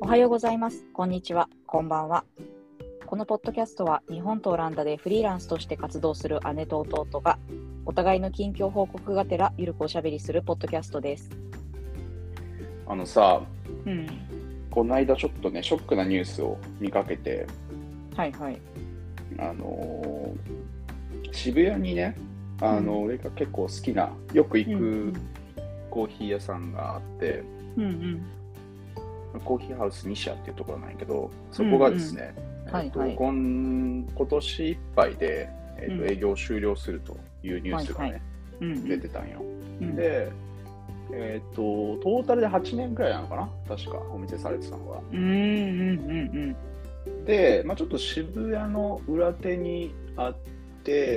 おはようございます。こんにちは。こんばんは。このポッドキャストは日本とオランダでフリーランスとして活動する姉と弟がお互いの近況報告がてらゆるくおしゃべりするポッドキャストです。 この間ちょっとね、ショックなニュースを見かけて、 はいはい。 渋谷にね、俺が結構好きな、よく行くコーヒー屋さんがあって、コーヒーハウス西谷っていうところなんやけど、そこがですね、今年いっぱいで、営業終了するというニュースがね、出てたんよ。で、トータルで8年くらいなのかな、確かお店されてたのが。で、ちょっと渋谷の裏手にあって、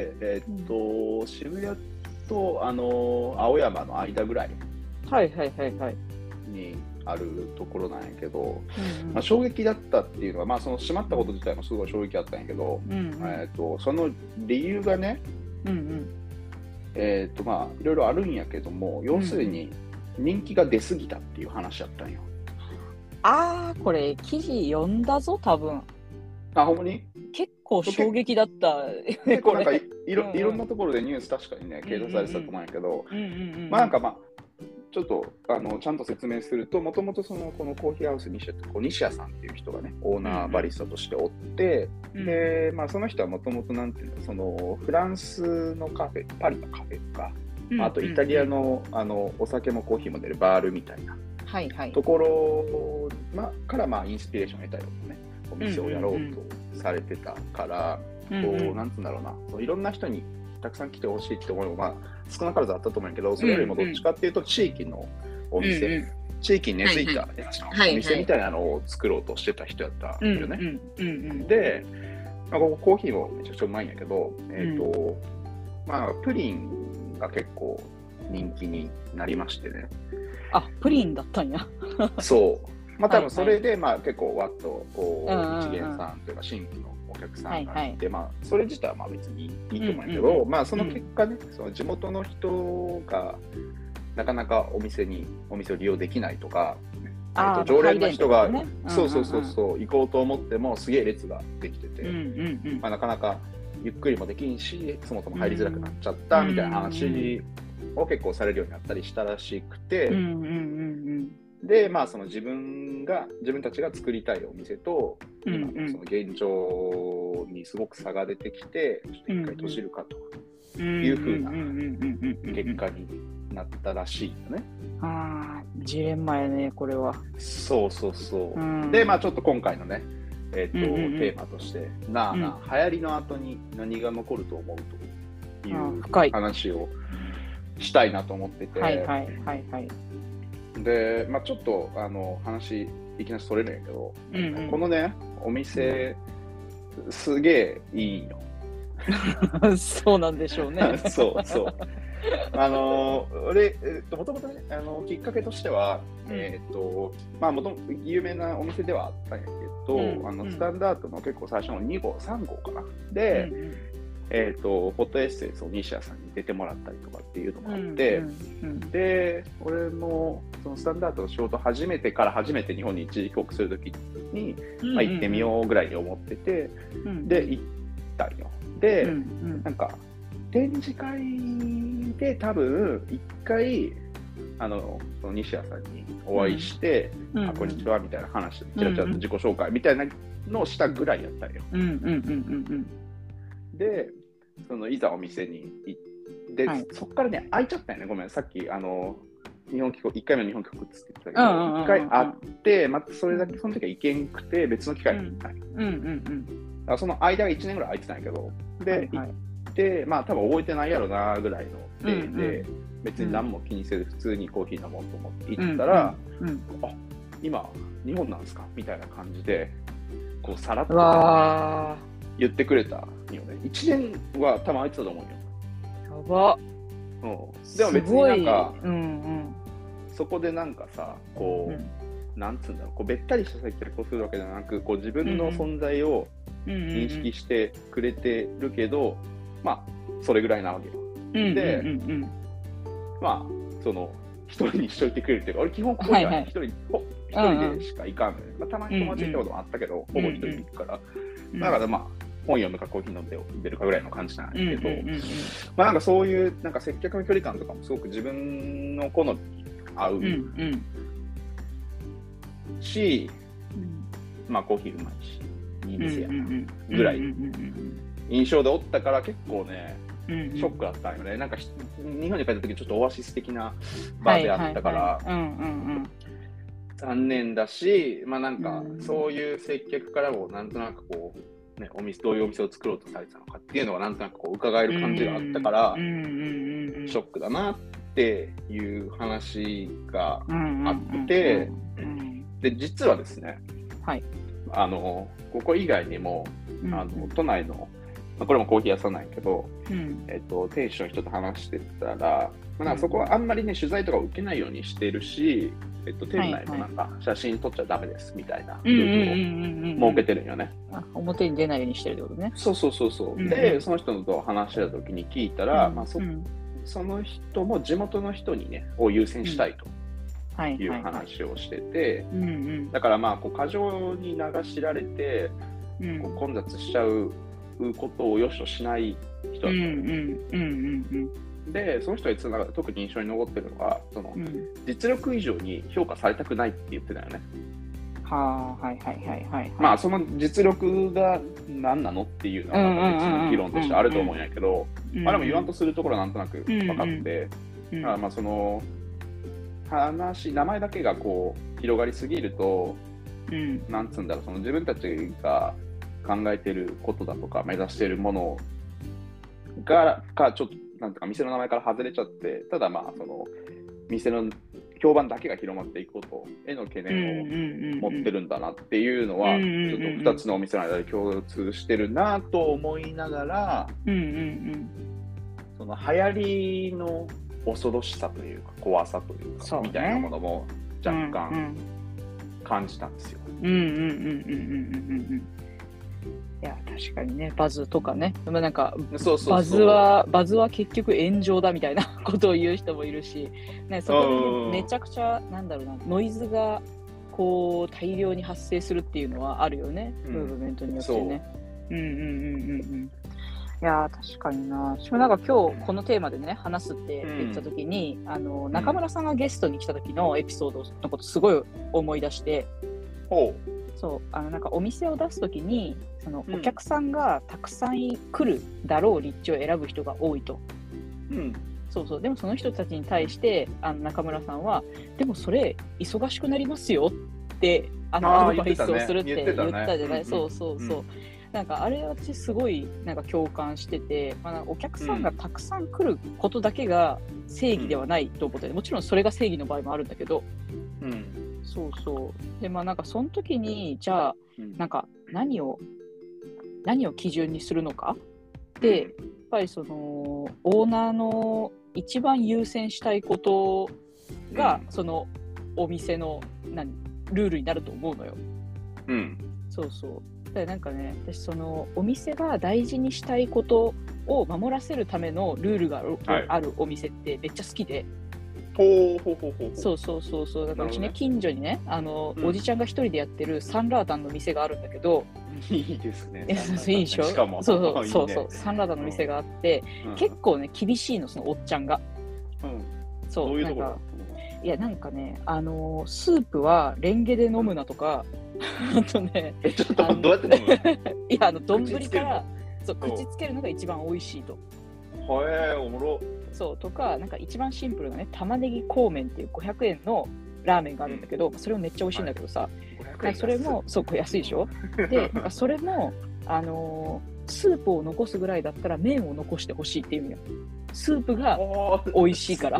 渋谷と青山の間ぐらいにあるところなんやけど、衝撃だったっていうのは、その閉まったこと自体もすごい衝撃だったんやけど、その理由がね、いろいろあるんやけども、要するに人気が出過ぎたっていう話だったんよ。 これ記事読んだぞ、多分。 ほんまに結構衝撃だった。 結構なんかいろんなところでニュース確かにね、掲載されてたと思うんやけど、ちょっとちゃんと説明すると、もともとこのコーヒーハウス西谷って西谷さんっていう人がね、オーナーバリスタとしておって、で、その人はもともとなんていうの、そのフランスのカフェ、パリのカフェとか、あとイタリアのお酒もコーヒーも出るバールみたいなところ、からインスピレーションを得たようなね、お店をやろうとされてたから、なんつうんだろうな、いろんな人にたくさん来てほしいって思いも少なからずあったと思うんやけど、それよりもどっちかっていうと地域のお店、地域に根付いたお店みたいなのを作ろうとしてた人やったんよね。で、ここコーヒーもめちゃくちゃうまいんやけど、プリンが結構人気になりましてね。 プリンだったんや。 そう。多分それで結構わっと一元さんというか新規のお客さんがいて、それ自体は別にいいと思うんやけど、その結果ね、その地元の人がなかなかお店を利用できないとか、常連の人が行こうと思ってもすげえ列ができてて、なかなかゆっくりもできんし、そもそも入りづらくなっちゃったみたいな話を結構されるようになったりしたらしくて、で、その自分たちが作りたいお店と、今のその現状にすごく差が出てきて、ちょっと一回閉じるかというふうな結果になったらしいよね。 ジレンマやね、これは。 そう。で、ちょっと今回のね、テーマとして、流行りの後に何が残ると思うという話をしたいなと思ってて。で、ちょっと話いきなりそれるんやけど、このね、お店すげえいいよ。 そうなんでしょうね。 そう。俺、もともとね、きっかけとしては、もともと有名なお店ではあったんやけど、スタンダードの結構最初の2号、3号かな。で、フォトエッセンスを西谷さんに出てもらったりとかっていうのがあって、で、俺もそのスタンダードの仕事初めて日本に一時帰国するときに、行ってみようぐらいに思ってて、で、行ったんよ。で、なんか、展示会で多分、一回、その西谷さんにお会いして、こんにちはみたいな話、ちらちらと自己紹介みたいなのをしたぐらいやったんよ。で、いざお店に行って、そこからね、開いちゃったよね、ごめん、さっき、日本帰国、1回目の日本帰国って言ってたけど、1回会って、それだけ、その時は行けんくて、別の機会に行ったんよ。その間が1年ぐらい空いてたんやけど、で、行って、多分覚えてないやろな、ぐらいの手で、別に何も気にせず、普通にコーヒー飲もうと思って行ったら、今、日本なんですかみたいな感じで、さらっと言ってくれたよね。1年は多分空いてたと思うよ。 やば。 でも別になんか、そこでなんかさ、なんつうんだろう、べったりした接客をするわけじゃなく、自分の存在を認識してくれてるけど、それぐらいなわけよ。で、 一人にしといてくれるっていうか、俺基本ここには一人でしか行かんのよ、まあ、たまに友達行ったこともあったけど、ほぼ一人で行くから、だからまあ本読むかコーヒー飲んで出るかぐらいの感じなんですけど、まあなんかそういうなんか接客の距離感とかもすごく自分の好みに合うし、まあコーヒーうまいしいい店やなぐらい印象でおったから、結構ねショックだったんよね。なんか日本に帰った時ちょっとオアシス的なバーであったから残念だし、まあなんかそういう接客からもなんとなくこうね、どういうお店を作ろうとされてたのかっていうのがなんとなくこう伺える感じがあったから、ショックだなっていう話があって、で実はですね、 はい、 ここ以外にも都内の、まあ、これもコーヒー屋さんなんやけど、店主の人と話してたら、まあ、なんかそこはあんまりね取材とかを受けないようにしてるし、店内もなんか写真撮っちゃダメですみたいなルールを設けてるんよね。 表に出ないようにしてるってことね。 そう。で、その人と話した時に聞いたら、まあその人も地元の人にねを優先したいという話をしてて、だからまあこう過剰に流しられて、こう混雑しちゃうことを良しとしない人だったで、その人が言ってた中で特に印象に残ってるのが、その、実力以上に評価されたくないって言ってたよね。まあその実力が何なのっていうのは別の議論としてあると思うんやけど、まあでも言わんとするところはなんとなく分かって、まあその名前だけがこう広がりすぎると、なんつうんだろう、その自分たちが考えていることだとか目指しているものがちょっとなんとか店の名前から外れちゃって、ただまあその店の評判だけが広まっていくことへの懸念を持ってるんだなっていうのは、ちょっと2つのお店の間で共通してるなと思いながら、その流行りの恐ろしさというか怖さというかみたいなものも若干感じたんですよ。 いや確かにね、バズとかね、でもなんかバズは結局炎上だみたいなことを言う人もいるし、ね、そこで、ね、めちゃくちゃなんだろうな、ノイズがこう大量に発生するっていうのはあるよね、ムーブメントによってね。いや確かにな。私もなんか今日このテーマでね話すって言った時に、中村さんがゲストに来た時のエピソードのことすごい思い出して。そうなんかお店を出すときにそのお客さんがたくさん来るだろう立地を選ぶ人が多いと、でもその人たちに対して中村さんはでもそれ忙しくなりますよってアドバイスをするって言ったじゃない。なんかあれ私すごいなんか共感してて、お客さんがたくさん来ることだけが正義ではないと思って、もちろんそれが正義の場合もあるんだけど、でなんかその時にじゃあなんか何を基準にするのかで、やっぱりそのオーナーの一番優先したいことが、そのお店のルールになると思うのよ。でなんかね、私そのお店が大事にしたいことを守らせるためのルールがあるお店ってめっちゃ好きで。だからうちね、近所にねおじちゃんが一人でやってるサンラータンの店があるんだけど、 いいですね。 いいでしょ。サンラータンの店があって、結構ね厳しいの、そのおっちゃんが。 どういうところ？ いやなんかねスープはレンゲで飲むなとか、あとねちょっとどうやって飲む？ いや丼から口つけるのが一番美味しいと。 おもろ。 とか、なんか一番シンプルなね、玉ねぎ硬麺っていう500円のラーメンがあるんだけど、それもめっちゃ美味しいんだけどさ、それも安いでしょ。で、なんかそれもスープを残すぐらいだったら麺を残してほしいっていう意味よ。スープが美味しいから。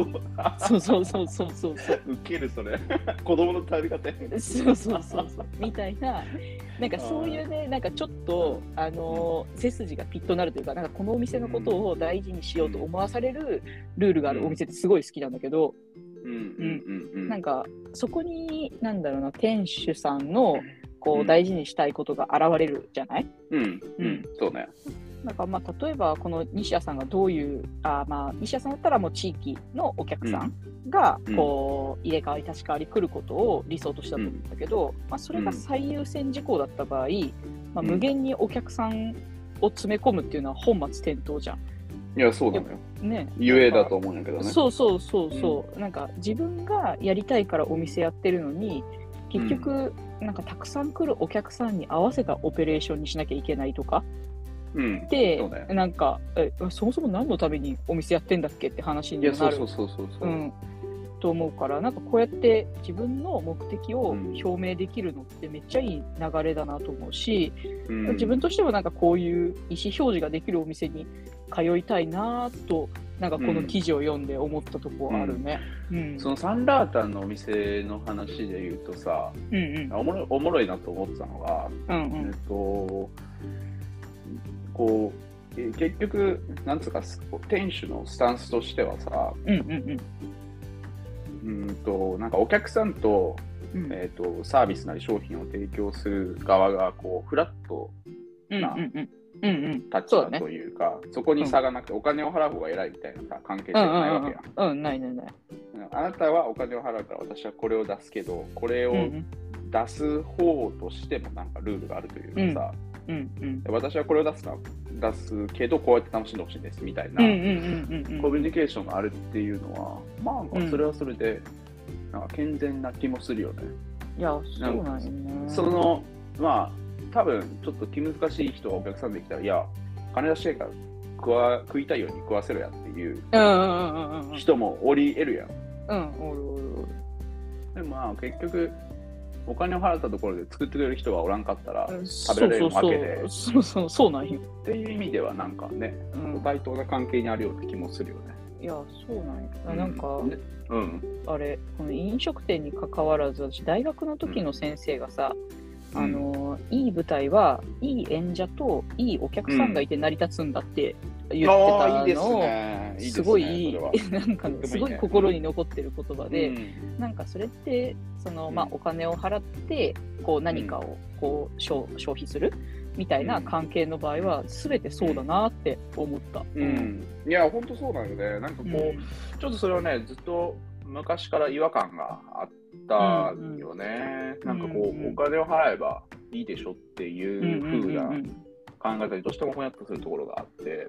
ウケるそれ。子供の食べ方。 みたいな。なんかそういうね、なんかちょっと背筋がピッとなるというか、なんかこのお店のことを大事にしようと思わされるルールがあるお店ってすごい好きなんだけど、なんかそこになんだろうな、店主さんのこう大事にしたいことが現れるじゃない？ そうね。 なんかまあ例えばこの西谷さんがどういう西谷さんだったらもう地域のお客さんがこう入れ替わり立ち替わり来ることを理想としたと思うんだけど、まあ、それが最優先事項だった場合、まあ、無限にお客さんを詰め込むっていうのは本末転倒じゃん。 いや、そうなのよ。 ね、 ゆえだと思うんだけどね。 そう、なんか自分がやりたいからお店やってるのに、結局、なんかたくさん来るお客さんに合わせたオペレーションにしなきゃいけないとか。で、なんかそもそも何のためにお店やってんだっけって話になると思うから、なんかこうやって自分の目的を表明できるのってめっちゃいい流れだなと思うし、自分としてもなんかこういう意思表示ができるお店に通いたいなと、なんかこの記事を読んで思ったところあるね。 そのサンラータンのお店の話で言うとさ、おもろいなと思ってたのが、こう結局なんつうか店主のスタンスとしてはさ、なんかお客さんと、サービスなり商品を提供する側がこうフラットな立場というか、そこに差がなくて、お金を払う方が偉いみたいなさ関係性がないわけやん。 ない。 あなたはお金を払うから私はこれを出すけど、これを出す方としてもなんかルールがあるというかさ、私はこれを出すけどこうやって楽しんでほしいですみたいなコミュニケーションがあるっていうのは、まあそれはそれでなんか健全な気もするよね。 いや、そうなんよね。 そのまあ多分ちょっと気難しい人がお客さんできたら、いや金出してから食いたいように食わせろやっていう人もおり得るやん。でもまあ結局お金を払ったところで作ってくれる人がおらんかったら食べられるわけで、 そうなんよ。 っていう意味ではなんかね、対等な関係にあるような気もするよね。 いや、そうなんよ。なんか、あれ、この飲食店に関わらず、私大学の時の先生がさ、いい舞台はいい演者といいお客さんがいて成り立つんだって言ってたのを、すごいなんかね、すごい心に残ってる言葉で、なんかそれってそのまあお金を払ってこう何かをこう消費するみたいな関係の場合は全てそうだなって思った。 いや本当そうなんよね。なんかこうちょっとそれはねずっと昔から違和感があったよね。なんかこうお金を払えばいいでしょっていう風な考え方にどうしてももやっとするところがあって、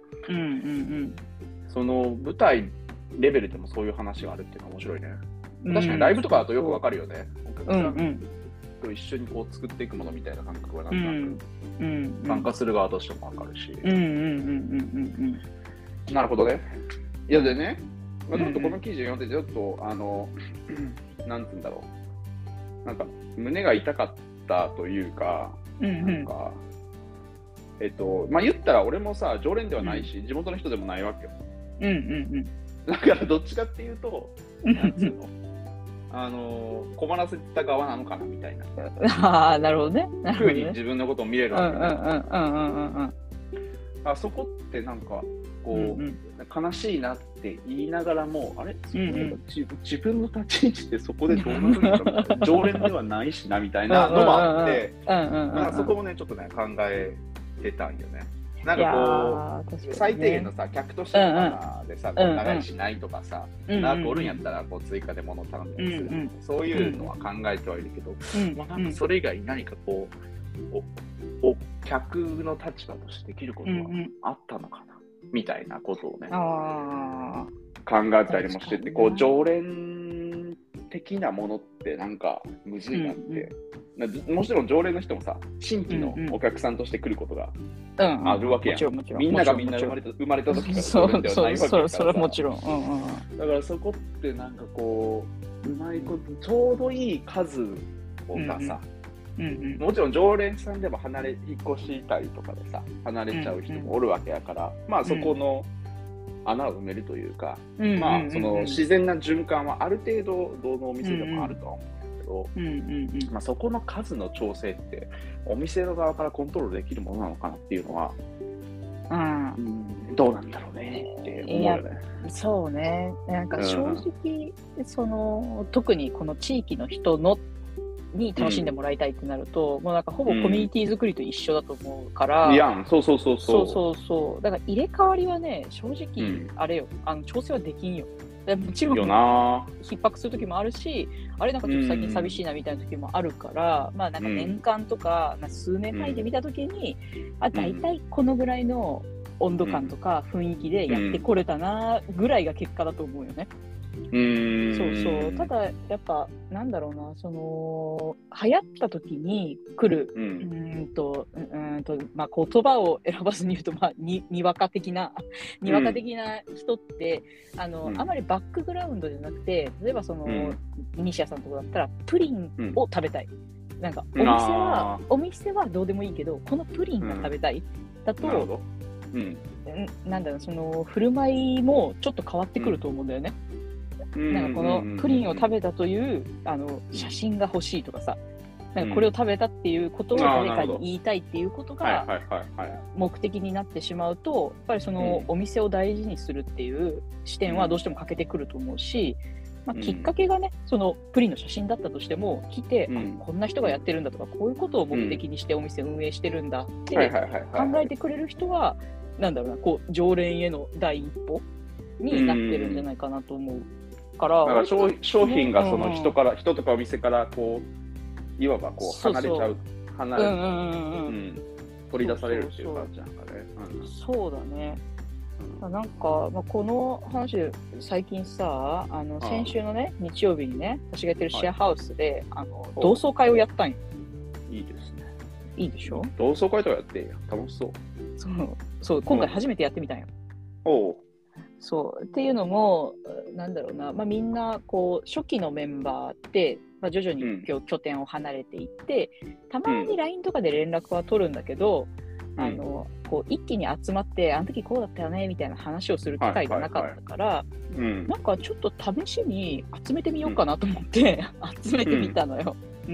その舞台レベルでもそういう話があるっていうのは面白いね。確かにライブとかだとよくわかるよね。お客さんと一緒にこう作っていくものみたいな感覚はなんとなく参加する側としてもわかるし。なるほどね。いやでね、ちょっとこの記事読んでちょっとなんて言うんだろう、なんか胸が痛かったというか、なんかまあ言ったら俺もさ常連ではないし、地元の人でもないわけよ。だからどっちかっていうと、なんつうの困らせた側なのかなみたいな。 ああ、なるほどね。 ふうに自分のことを見れるわけだ。そこってなんかこう、悲しいなって言いながらも、あれ、自分の立ち位置ってそこでどうなるのかな、常連ではないしなみたいなのもあって、そこもねちょっとね考えてたんよね。なんかこう最低限のさ客としてのマナーでさ、長居しないとかさ、長くおるんやったらこう追加で物を頼んだりする、そういうのは考えてはいるけど、なんかそれ以外に何かこう客の立場としてできることはあったのかな、みたいなことをね考えたりもしてて、こう常連的なものってなんかむずいなって、もちろん常連の人もさ新規のお客さんとして来ることがあるわけやん。みんながみんな生まれた時から常連ではないわけだからさ。 それはもちろん。 だからそこってなんかこううまいことちょうどいい数がさ、もちろん常連さんでも引っ越したりとかでさ離れちゃう人もおるわけやから、まあそこの穴を埋めるというか、まあその自然な循環はある程度どのお店でもあるとは思うんだけど、まあそこの数の調整ってお店の側からコントロールできるものなのかなっていうのは、どうなんだろうねって思うよね。 そうね。なんか正直、その特にこの地域の人のっに楽しんでもらいたいってなると、もうなんかほぼコミュニティ作りと一緒だと思うから、 いやん、そう。 だから入れ替わりはね、正直、あれよ、調整はできんよ。もちろん逼迫する時もあるし、あれなんかちょっと最近寂しいなみたいな時もあるから、まあなんか年間とか、数年単位で見た時に、大体このぐらいの温度感とか雰囲気でやってこれたなぐらいが結果だと思うよね。ただやっぱなんだろうな、その流行った時に来るまあ言葉を選ばずに言うと、まあにわか的な人ってあまりバックグラウンドじゃなくて、例えばその、西谷さんとかだったらプリンを食べたい、なんかお店はどうでもいいけどこのプリンが食べたい、だとなんだろう、その振る舞いもちょっと変わってくると思うんだよね。なんかこのプリンを食べたという写真が欲しいとかさ、なんかこれを食べたっていうことを誰かに言いたいっていうことが目的になってしまうと、やっぱりそのお店を大事にするっていう視点はどうしても欠けてくると思うし、まあ、きっかけがね、そのプリンの写真だったとしても来て、こんな人がやってるんだとか、こういうことを目的にしてお店を運営してるんだって考えてくれる人は、なんだろうな、こう常連への第一歩になってるんじゃないかなと思うから、 だから商品がその人から、人とかお店からこういわばこう離れちゃう、取り出されるっていう感じなんかね。 そうだね。なんか、まあ、この話で最近さ、先週のね日曜日にね、私がやってるシェアハウスで、同窓会をやったんよ。 いいですね。 いいでしょ。 同窓会とかやってんや、楽しそう。 そう今回初めてやってみたんよ。そうっていうのもなんだろうな、まあ、みんなこう初期のメンバーって、まあ、徐々に拠点を離れていって、たまに LINE とかで連絡は取るんだけど、こう一気に集まってあの時こうだったよねみたいな話をする機会がなかったから、なんかちょっと試しに集めてみようかなと思って、集めてみたのよ。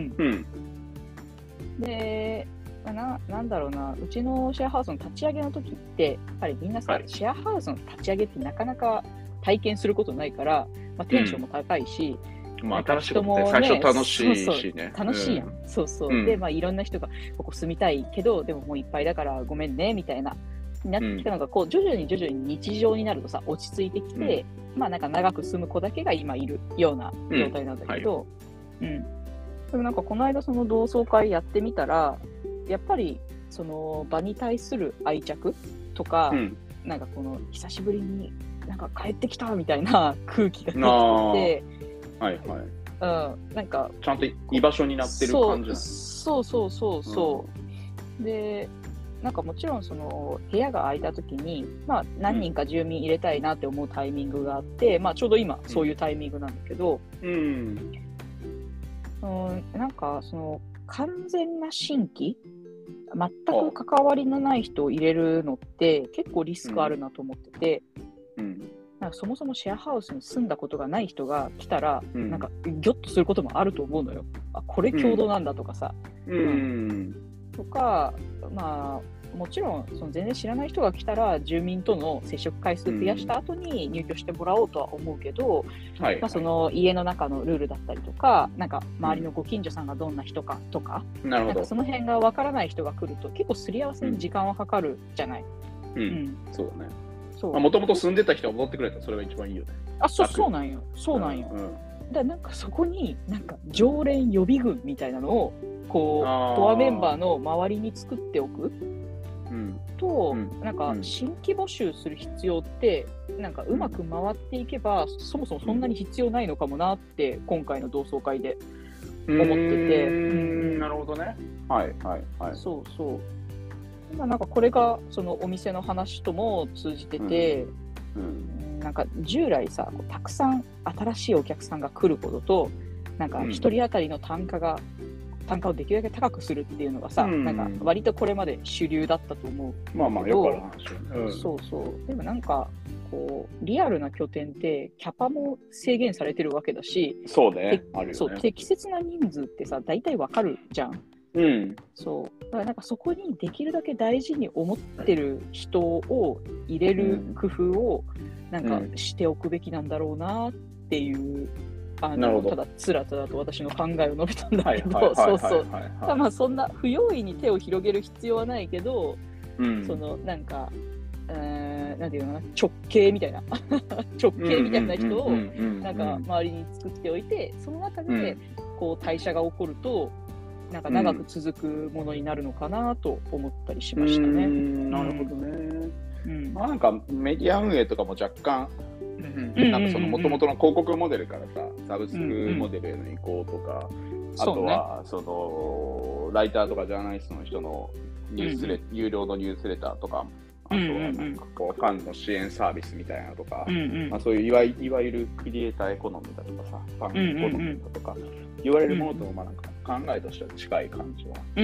でなんだろうな、うちのシェアハウスの立ち上げの時ってやっぱりみんなさ、シェアハウスの立ち上げってなかなか体験することないから、まあ、テンションも高いし、 まあ、新しいことって最初楽しいしね。 楽しいやん。で、まあ、いろんな人がここ住みたいけど、でももういっぱいだからごめんねみたいななってきたのが、こう徐々に日常になるとさ、落ち着いてきて、まあなんか長く住む子だけが今いるような状態なんだけど、でもなんかこの間その同窓会やってみたら、やっぱりその場に対する愛着とか、なんかこの久しぶりになんか帰ってきたみたいな空気が出てきて、なんかちゃんと居場所になってる感じなんで、なんかもちろんその部屋が空いた時に、まあ、何人か住民入れたいなって思うタイミングがあって、まあ、ちょうど今そういうタイミングなんだけど、なんかその完全な新規、全く関わりのない人を入れるのって結構リスクあるなと思ってて、なんかそもそもシェアハウスに住んだことがない人が来たら、なんかギョッとすることもあると思うのよ。これ共同なんだとかさ、とか、まあもちろんその全然知らない人が来たら住民との接触回数増やした後に入居してもらおうとは思うけど、まあ、その家の中のルールだったりとか、なんか周りのご近所さんがどんな人かとか、なんかその辺がわからない人が来ると結構すり合わせに時間はかかるじゃない。 そうだね。もともと住んでた人が戻ってくれたらそれが一番いいよね。 そうなんよ。だからなんかそこになんか常連予備軍みたいなのをこうコアメンバーの周りに作っておくと、なんか新規募集する必要ってなんかうまく回っていけば、そもそもそんなに必要ないのかもなって今回の同窓会で思ってて。 なるほどね。 なんかこれがそのお店の話とも通じてて、なんか従来さ、たくさん新しいお客さんが来ることと、なんか一人当たりの単価をできるだけ高くするっていうのがさ、なんか割とこれまで主流だったと思う。 まあよくある話。 でもなんかこうリアルな拠点ってキャパも制限されてるわけだし、適切な人数ってさ大体わかるじゃん。だからなんかそこにできるだけ大事に思ってる人を入れる工夫をなんかしておくべきなんだろうなっていうなるほど。 ただつらつらと私の考えを述べたんだけど、 はいそうそう。 はい。 まあそんな不用意に手を広げる必要はないけど、そのなんかなんていうのかな、直系みたいな直系みたいな人をなんか周りに作っておいて、その中でこう代謝が起こるとなんか長く続くものになるのかなと思ったりしましたね。 なるほどね。まあなんかメディア運営とかも若干なんかその元々の広告モデルからさ、サブスクモデルへの移行とか、あとはそのライターとかジャーナリストの人の有料のニュースレターとか、あとはなんかこうファンの支援サービスみたいなのとか、まあそういういわゆるクリエイターエコノミーだとかさ、ファンエコノミーだとか言われるものともまあなんか考えとしては近い感じはあ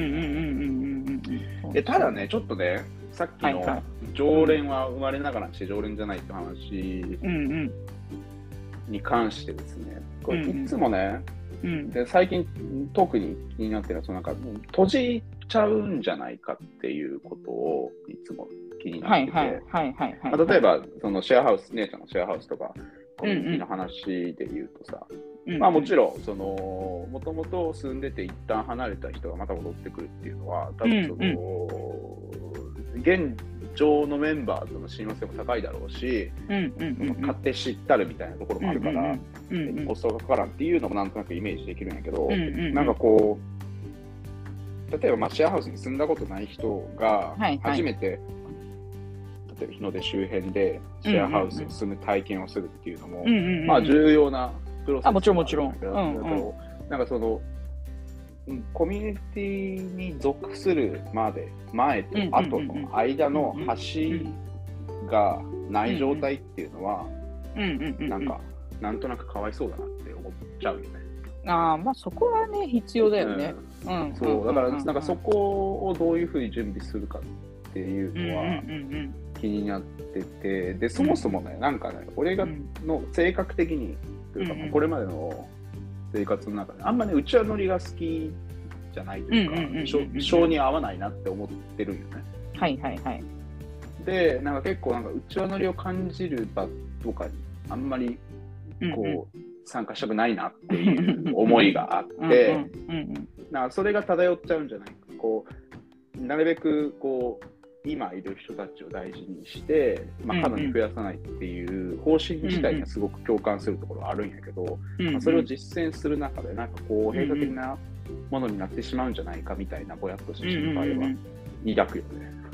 る。ただね、ちょっとね、さっきの常連は生まれながらして常連じゃないって話に関してですね、これいつもね、で最近特に気になってるのはそのなんか閉じちゃうんじゃないかっていうことをいつも気になってて、例えばそのシェアハウス、姉ちゃんのシェアハウスとかコミュニティの話で言うとさ、まあもちろんそのもともと住んでて一旦離れた人がまた戻ってくるっていうのは多分その現状のメンバーとの親和性も高いだろうし、勝手知ったるみたいなところもあるから、コストがかからんっていうのもなんとなくイメージできるんやけど、なんかこう例えばまあシェアハウスに住んだことない人が初めて、例えば日の出周辺でシェアハウスに住む体験をするっていうのも、まあ重要なプロセスもちろんもちろん。 なんかそのコミュニティに属する前と後の間の橋がない状態っていうのは、なんとなくかわいそうだなって思っちゃうよね。 まあそこはね必要だよね。 そうだからなんかそこをどういうふうに準備するかっていうのは気になってて、でそもそもねなんかね俺がの性格的にというかこれまでの生活の中であんまりうちわ乗りが好きじゃないというか、性に合わないなって思ってるんよね。でなんか結構なんかうちわ乗りを感じる場とかにあんまりこう参加したくないなっていう思いがあってなんかそれが漂っちゃうんじゃないか、こうなるべくこう今いる人たちを大事にして、まあ、過度に増やさないっていう方針自体にはすごく共感するところはあるんやけど、まあ、それを実践する中でなんかこう閉鎖的なものになってしまうんじゃないかみたいなぼやっとした心配は抱くよ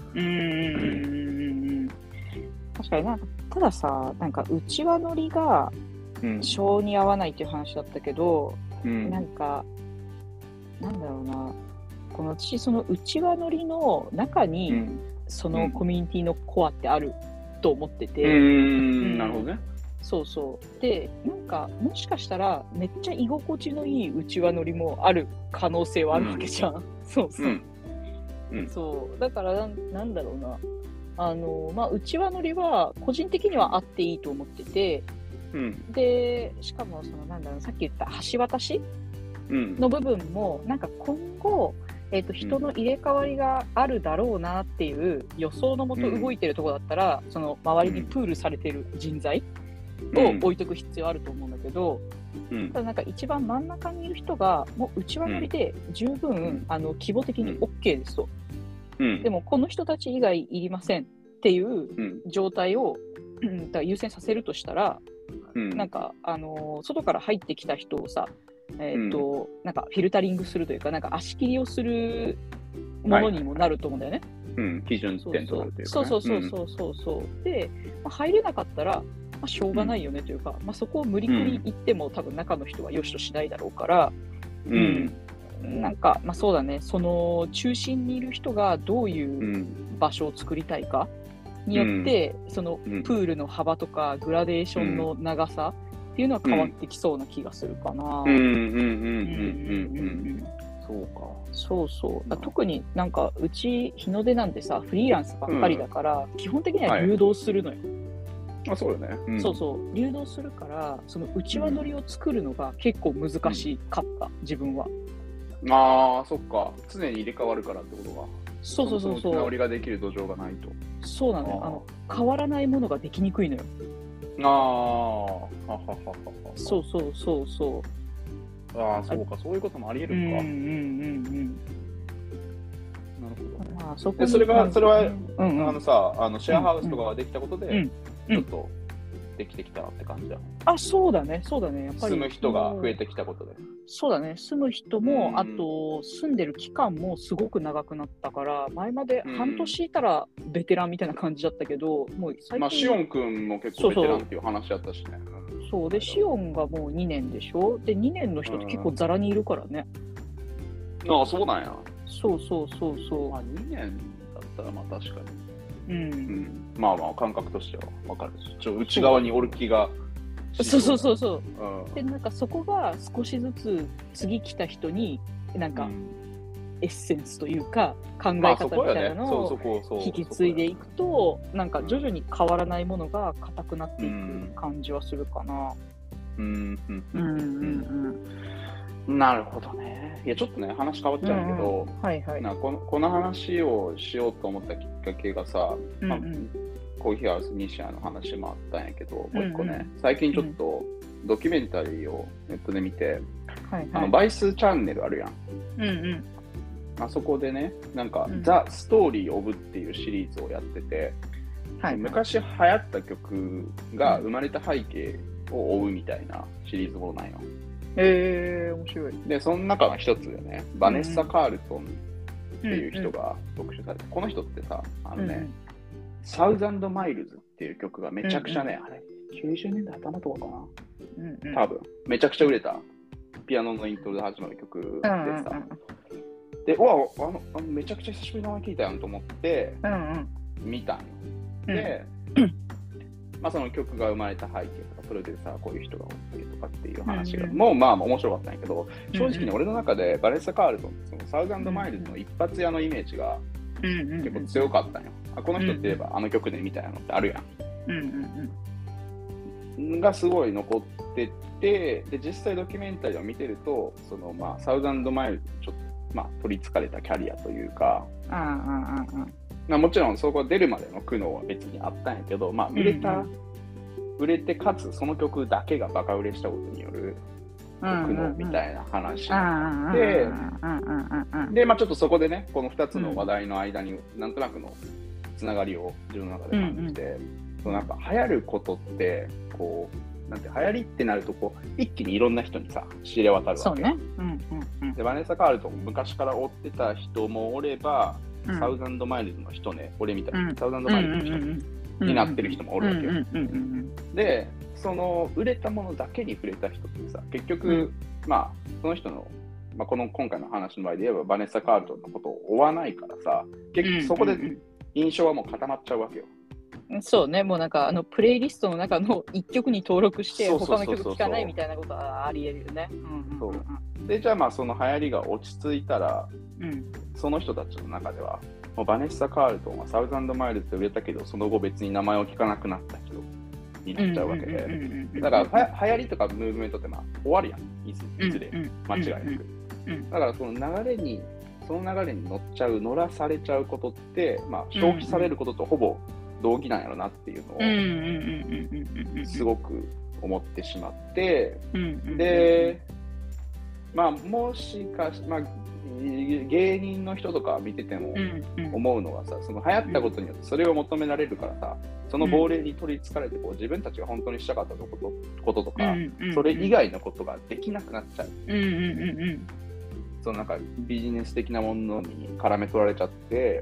ね。 確かになんかたださ、なんか内輪乗りが性に合わないっていう話だったけど、なんかなんだろうな、この私その内輪乗りの中に、そのコミュニティのコアってあると思ってて、 なるほどね。 そうそうでなんかもしかしたらめっちゃ居心地のいい内輪乗りもある可能性はあるわけじゃん。そうだからなんだろうな、まあ内輪乗りは個人的にはあっていいと思ってて、でしかもそのなんだろう、さっき言った橋渡しの部分もなんか今後人の入れ替わりがあるだろうなっていう予想のもと動いてるところだったら、その周りにプールされてる人材を置いとく必要あると思うんだけど、ただなんか一番真ん中にいる人がもう内輪乗りで十分、規模的に OK ですと、でもこの人たち以外いりませんっていう状態を、だから優先させるとしたら、なんか外から入ってきた人をさなんかフィルタリングするというか、なんか足切りをするものにもなると思うんだよね。 基準点となるというか、 そうで、まあ、入れなかったら、まあ、しょうがないよねというか、まあ、そこを無理くり言っても、多分中の人は良しとしないだろうから、なんか、まあ、そうだね、その中心にいる人がどういう場所を作りたいかによって、そのプールの幅とかグラデーションの長さっていうのは変わってきそうな気がするかな。そうだ特になんかうち日の出なんてさフリーランスばっかりだから、基本的には流動するのよ。 そうだね。 そう流動するから、その内輪乗りを作るのが結構難しかった、自分は。 そっか、常に入れ替わるからってことが。 そう直りができる土壌がないと。 そうなのよ。変わらないものができにくいのよ。 ああ、はははは。 そうそうそうそう。 ああ、そうか、そういうこともあり得るか。なるほど。 まあ、そこで、 にそれは、 うんうん、 シェアハウスとかができたことで、ちょっとできてきたって感じだ。 あ、そうだね、そうだね。やっぱり住む人が増えてきたことで。 そうだね、住む人も、あと住んでる期間もすごく長くなったから、前まで半年いたらベテランみたいな感じだったけど、もう最近。 まあ、シオン君も結構ベテランっていう話だったしね。 そうで、シオンがもう2年でしょ。で、2年の人って結構ザラにいるからね。 ああ、そうなんや。 そうそうそうそう。 まあ、2年だったらまあ確かに。まあまあ感覚としては分かるし、内側におる気が。 そうそうそうそう。で、なんかそこが少しずつ次来た人になんかエッセンスというか考え方みたいなのを引き継いでいくと、なんか徐々に変わらないものが硬くなっていく感じはするかな。 なるほどね。いやちょっとね話変わっちゃうんだけど、この話をしようと思ったきっかけがさ、コーヒーハウス西谷の話もあったんやけど、もう一個ね、最近ちょっとドキュメンタリーをネットで見て、バイスチャンネルあるやん。あそこでね、なんか、ザ・ストーリー・オブっていうシリーズをやってて、昔流行った曲が生まれた背景を追うみたいなシリーズものなんよ。 面白い。 で、その中の一つでね、バネッサ・カールトンっていう人が特集されて、この人ってさ、サウザンドマイルズっていう曲がめちゃくちゃね、あれ、90年代頭とかかな、多分、めちゃくちゃ売れた、ピアノのイントロで始まる曲でさ、で、めちゃくちゃ久しぶりに名前聞いたやんと思って、見たんよ。で、まあその曲が生まれた背景とか、プロデューサーこういう人がおったりとかっていう話が、もうまあ面白かったんやけど、正直ね、俺の中でバレッサ・カールトン、そのサウザンドマイルズの一発屋のイメージが結構強かったんよ。この人って言えばあの曲でみたいなのってあるやん。がすごい残ってて、で実際ドキュメンタリーを見てると、そのまあサウザンドマイルズにちょっとまあ取り憑かれたキャリアというか、まあもちろんそこ出るまでの苦悩は別にあったんやけど、まあ売れてかつその曲だけがバカ売れしたことによる苦悩みたいな話で、まあちょっとそこでね、この2つの話題の間になんとなくのつながりを自分の中で感じて、なんか流行ることってこうなんて流行りってなるとこう一気にいろんな人にさ知れ渡るわけ。でバネッサ・カールトン昔から追ってた人もおれば、サウザンドマイルズの人ね、俺みたいな、サウザンドマイルズの人になってる人もおるわけよ。でその売れたものだけに触れた人ってさ、結局、まあその人の、まあ、今回の話の場合で言えばバネッサ・カールトンのことを追わないからさ、結局そこで印象はもう固まっちゃうわけよ。 そうね、もうなんかプレイリストの中の1曲に登録して他の曲聴かないみたいなことはあり得るよね。 でじゃあまあその流行りが落ち着いたら、その人たちの中ではもうバネッサ・カールトンはサウザンドマイルズで売れたけど、その後別に名前を聞かなくなった人になっちゃうわけで、だから流行りとかムーブメントってまあ終わるやん、いずれ間違いなく。だからその流れに乗っちゃう、乗らされちゃうことって、まあ、消費されることとほぼ同義なんやろなっていうのをすごく思ってしまって、で、まあもしかし、まあ芸人の人とか見てても思うのはさ、その流行ったことによってそれを求められるからさ、その亡霊に取り憑かれてこう自分たちが本当にしたかったこととか、それ以外のことができなくなっちゃう。そのなんかビジネス的なものに絡め取られちゃって、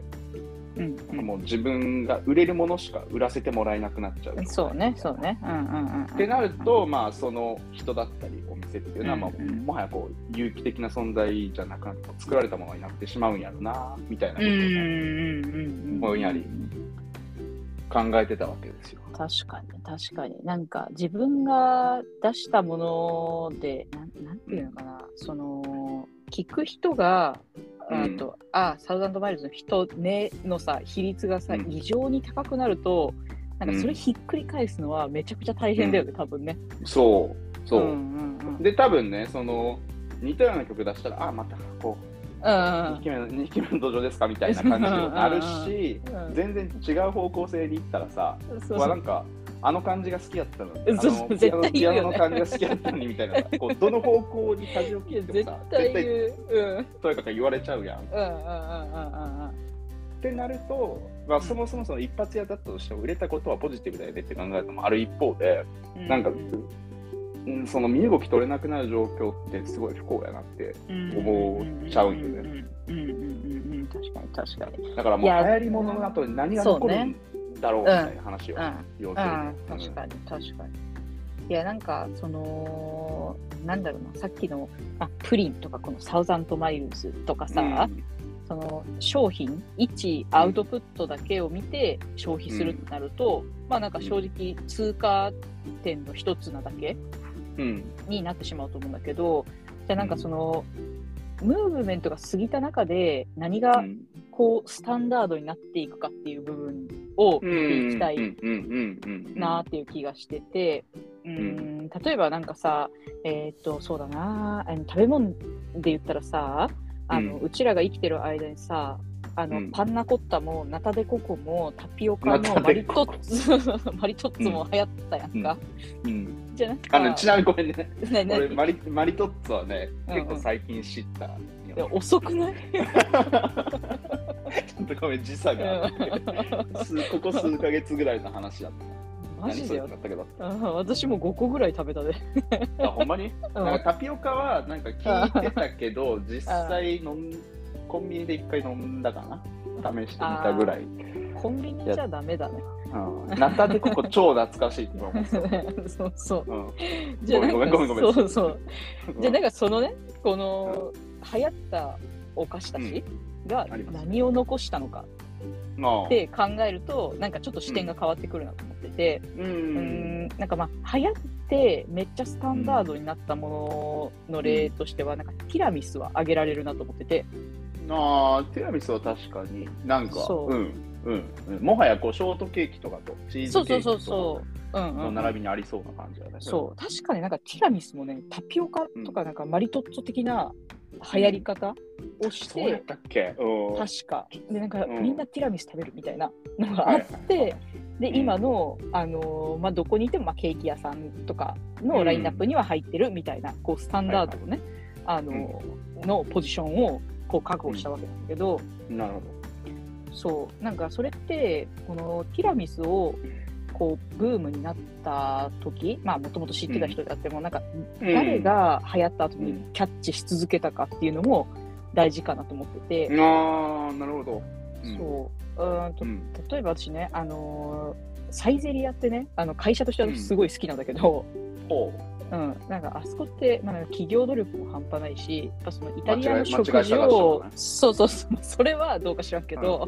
もう自分が売れるものしか売らせてもらえなくなっちゃう。 そうね。 ってなると、まあその人だったりお店っていうのは、まあもはやこう有機的な存在じゃなくなって作られたものになってしまうんやろなみたいなことをぼんやり考えてたわけですよ。 確かになんか自分が出したものでなんていうのかな、その聞く人がサウザンドマイルズの人ねのさ比率がさ、異常に高くなると、なんかそれひっくり返すのはめちゃくちゃ大変だよね、多分ね。 そう、で多分ね、その似たような曲出したらまたこう2期目の土壌ですかみたいな感じになるし、全然違う方向性に行ったらさ、なんかあの感じが好きやったのに、 絶対言うよねピアノの感じが好きやったのにみたいな、こうどの方向に舵を切ってもさ、 絶対言う。 とにかく言われちゃうやん。ってなると、まあ、そもそもその一発屋だったとしても売れたことはポジティブだよねって考えるのもある一方で、なんか、その身動き取れなくなる状況ってすごい不幸やなって思っちゃうんよね。 確かに確かに。 だからもう流行り物の後に何が残るんだろうみたいな話を要するに。 確かに確かに。いやなんかそのなんだろうな、さっきのプリンとかこのサウザントマイルズとかさ、その商品一アウトプットだけを見て消費するってなると、まあなんか正直通過点の一つなだけになってしまうと思うんだけど、じゃあなんかそのムーブメントが過ぎた中で何がこうスタンダードになっていくかっていう部分を見ていきたいなっていう気がしてて、例えばなんかさ、そうだな、食べ物で言ったらさ、うちらが生きてる間にさ、パンナコッタもナタデココもタピオカもマリトッツも流行ったやんか。じゃなくてちなみにごめんね。俺マリトッツォはね、結構最近知った。 いや遅くない？ ちょっとごめん、時差があってここ数ヶ月ぐらいの話だった。 マジで私も5個ぐらい食べたで。 あ、ほんまに？タピオカはなんか聞いてたけど、実際コンビニで1回飲んだかな、試してみたぐらい。 コンビニじゃダメだね。 ナタデココ超懐かしいって思う。 そうそう。 じゃあごめん。 そうそう。じゃあなんかそのね、この流行ったお菓子たちが何を残したのかって考えると、なんかちょっと視点が変わってくるなと思ってて、なんかまあ流行ってめっちゃスタンダードになったものの例としては、なんかティラミスは挙げられるなと思ってて。 ティラミスは確かになんかもはやこうショートケーキとかとチーズケーキとかの並びにありそうな感じだね。 そう、確かになんかティラミスもね、タピオカとかなんかマリトッツォ的な流行り方をして、 そうやったっけ？ 確かでなんかみんなティラミス食べるみたいなのがあって、で今のまあどこにいてもケーキ屋さんとかのラインナップには入ってるみたいな、こうスタンダードのねのポジションをこう確保したわけなんだけど、 なるほど。 そうなんかそれってこのティラミスをこうブームになった時、まあもともと知ってた人であっても、なんか誰が流行った後にキャッチし続けたかっていうのも大事かなと思ってて、 なるほど。 例えば私ね、サイゼリヤってね、会社としてはすごい好きなんだけど、なんかあそこって、まあ、企業努力も半端ないし、やっぱそのイタリアの食事を、そうそれはどうか知らんけど、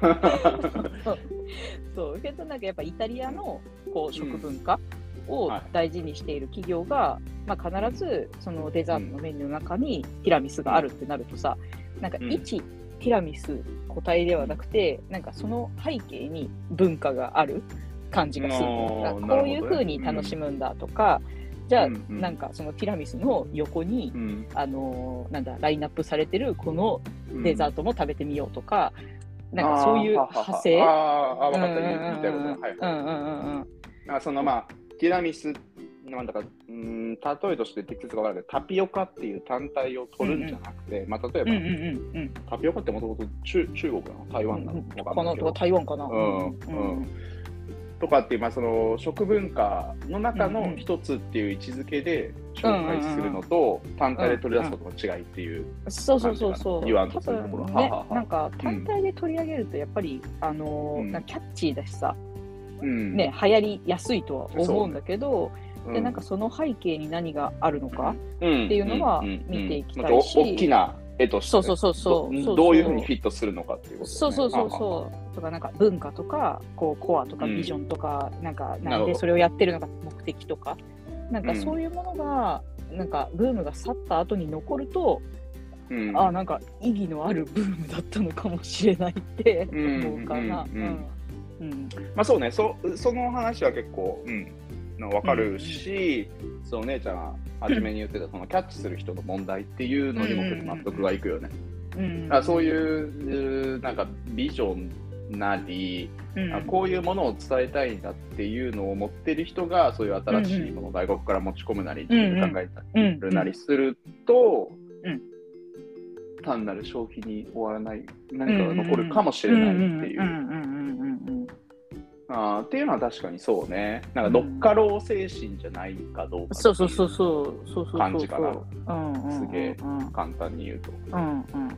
そうけどなんかやっぱイタリアのこう食文化を大事にしている企業が、まあ、必ずそのデザートのメニューの中にティラミスがあるってなるとさ、なんか一ティラミス個体ではなくて、なんかその背景に文化がある感じがする。こういう風に楽しむんだとか、じゃあ、なんかそのティラミスの横に、なんだラインナップされてるこのデザートも食べてみようとか、なんかそういう派生。 分かった、言いたいことは。そのまあティラミスなんだか例えとして適切か分からないけど、タピオカっていう単体を取るんじゃなくて、まあ例えばタピオカってもともと中国なの、台湾なのかなとか台湾かな。 とかっていう、まあ、その食文化の中の一つっていう位置づけで紹介するのと、単体で取り出すことの違いっていうそう言わんとするところ、 なんか単体で取り上げるとやっぱりなんかキャッチーだしさ、ね、流行りやすいとは思うんだけど、でなんかその背景に何があるのかっていうのは見ていきたいし、 大きな絵として、どういうふうにフィットするのかっていうことですね。 そうとかなんか文化とかこうコアとかビジョンとか、なんかなんでそれをやってるのか目的とか、なんかそういうものがなんかブームが去った後に残ると、なんか意義のあるブームだったのかもしれないって思うかな。 まあそうね、その話は結構わかるし、その姉ちゃんが初めに言ってたそのキャッチする人の問題っていうのにも納得がいくよね。そういうなんかビジョンなり、こういうものを伝えたいんだっていうのを持ってる人がそういう新しいものを外国から持ち込むなり、自分で考えたりなりすると、単なる消費に終わらない何かが残るかもしれないっていう。っていうのは確かにそうね。なんかどっかろう精神じゃないかどうかっていう感じかな。すげえ簡単に言うと。なるほどね。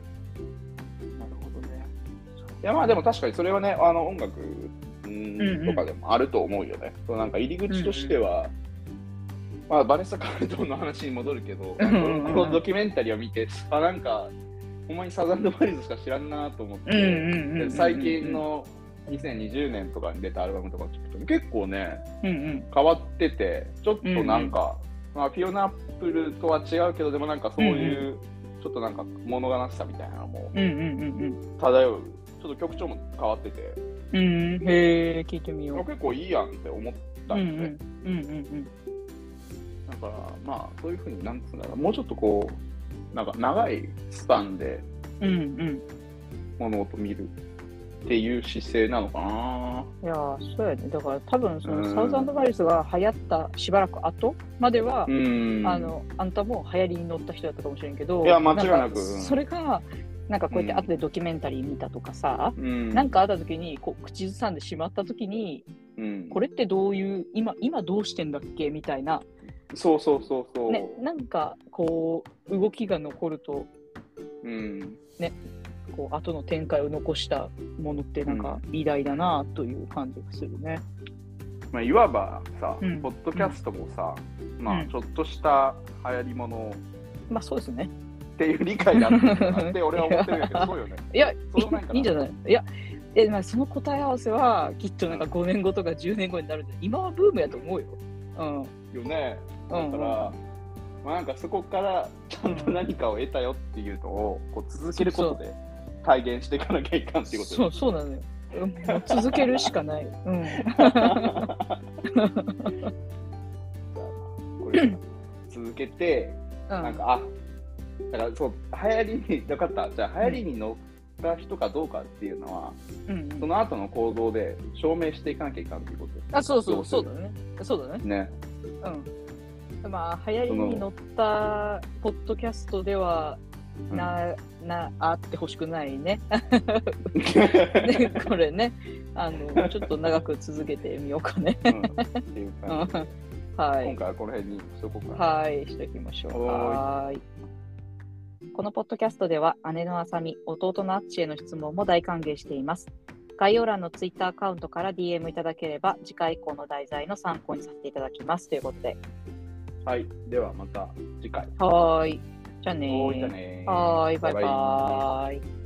いやまあでも確かにそれはね、音楽とかでもあると思うよね。なんか入り口としては、まあバネッサ・カールトンの話に戻るけど、このドキュメンタリーを見て、なんかほんまにサザンドバイズしか知らんなと思って、最近の2020年とかに出たアルバムとか聞くと結構ね、変わってて、ちょっとなんか、まあ、フィオナ・アップルとは違うけど、でもなんかそういう、ちょっとなんか物悲しさみたいなのも漂う、ちょっと曲調も変わってて、 へー、聞いてみよう。 結構いいやんって思ったんで、だからまあそういうふうになんつうんだろう、もうちょっとこうなんか長いスパンで物事見るっていう姿勢なのかな。 いやそうやね。だから多分そのサウザンドバイスが流行ったしばらく後までは、あんたも流行りに乗った人だったかもしれんけど、 いや間違いなくそれがなんかこうやって後でドキュメンタリー見たとかさ、なんかあった時にこう口ずさんでしまった時に、これってどういう今どうしてんだっけみたいな、 そうね、なんかこう動きが残ると、ね、こう後の展開を残したものってなんか偉大だなという感じがするね。 まあ、いわばさ、ポッドキャストもさ、まあちょっとした流行りもの、 まあそうですねっていう理解だって俺は思ってるんだけど、そうよね。 いや、いいんじゃない。いや、まあ、その答え合わせはきっとなんか5年後とか10年後になるんで、今はブームやと思うよ。 よね。だから、まあなんかそこからちゃんと何かを得たよっていうのをこう続けることで体現していかなきゃいかんっていうことそうなのよ。続けるしかない。 これ続けて、なんかだからそう流行りによかった。じゃあ流行りに乗った人かどうかっていうのは、その後の行動で証明していかなきゃいかんっていうこと。 そうだね。そうだね。まあ流行りに乗ったポッドキャストではあってほしくないね。これね、ちょっと長く続けてみようかね。っていう感じで。はい。 今回はこの辺にしとこうか。 はい、しておきましょう。はい。このポッドキャストでは姉のあさみ、弟のあっちへの質問も大歓迎しています。概要欄のツイッターアカウントから DM いただければ次回以降の題材の参考にさせていただきますということで。 はい、ではまた次回。 はい。じゃあねー。はい、バイバーイ。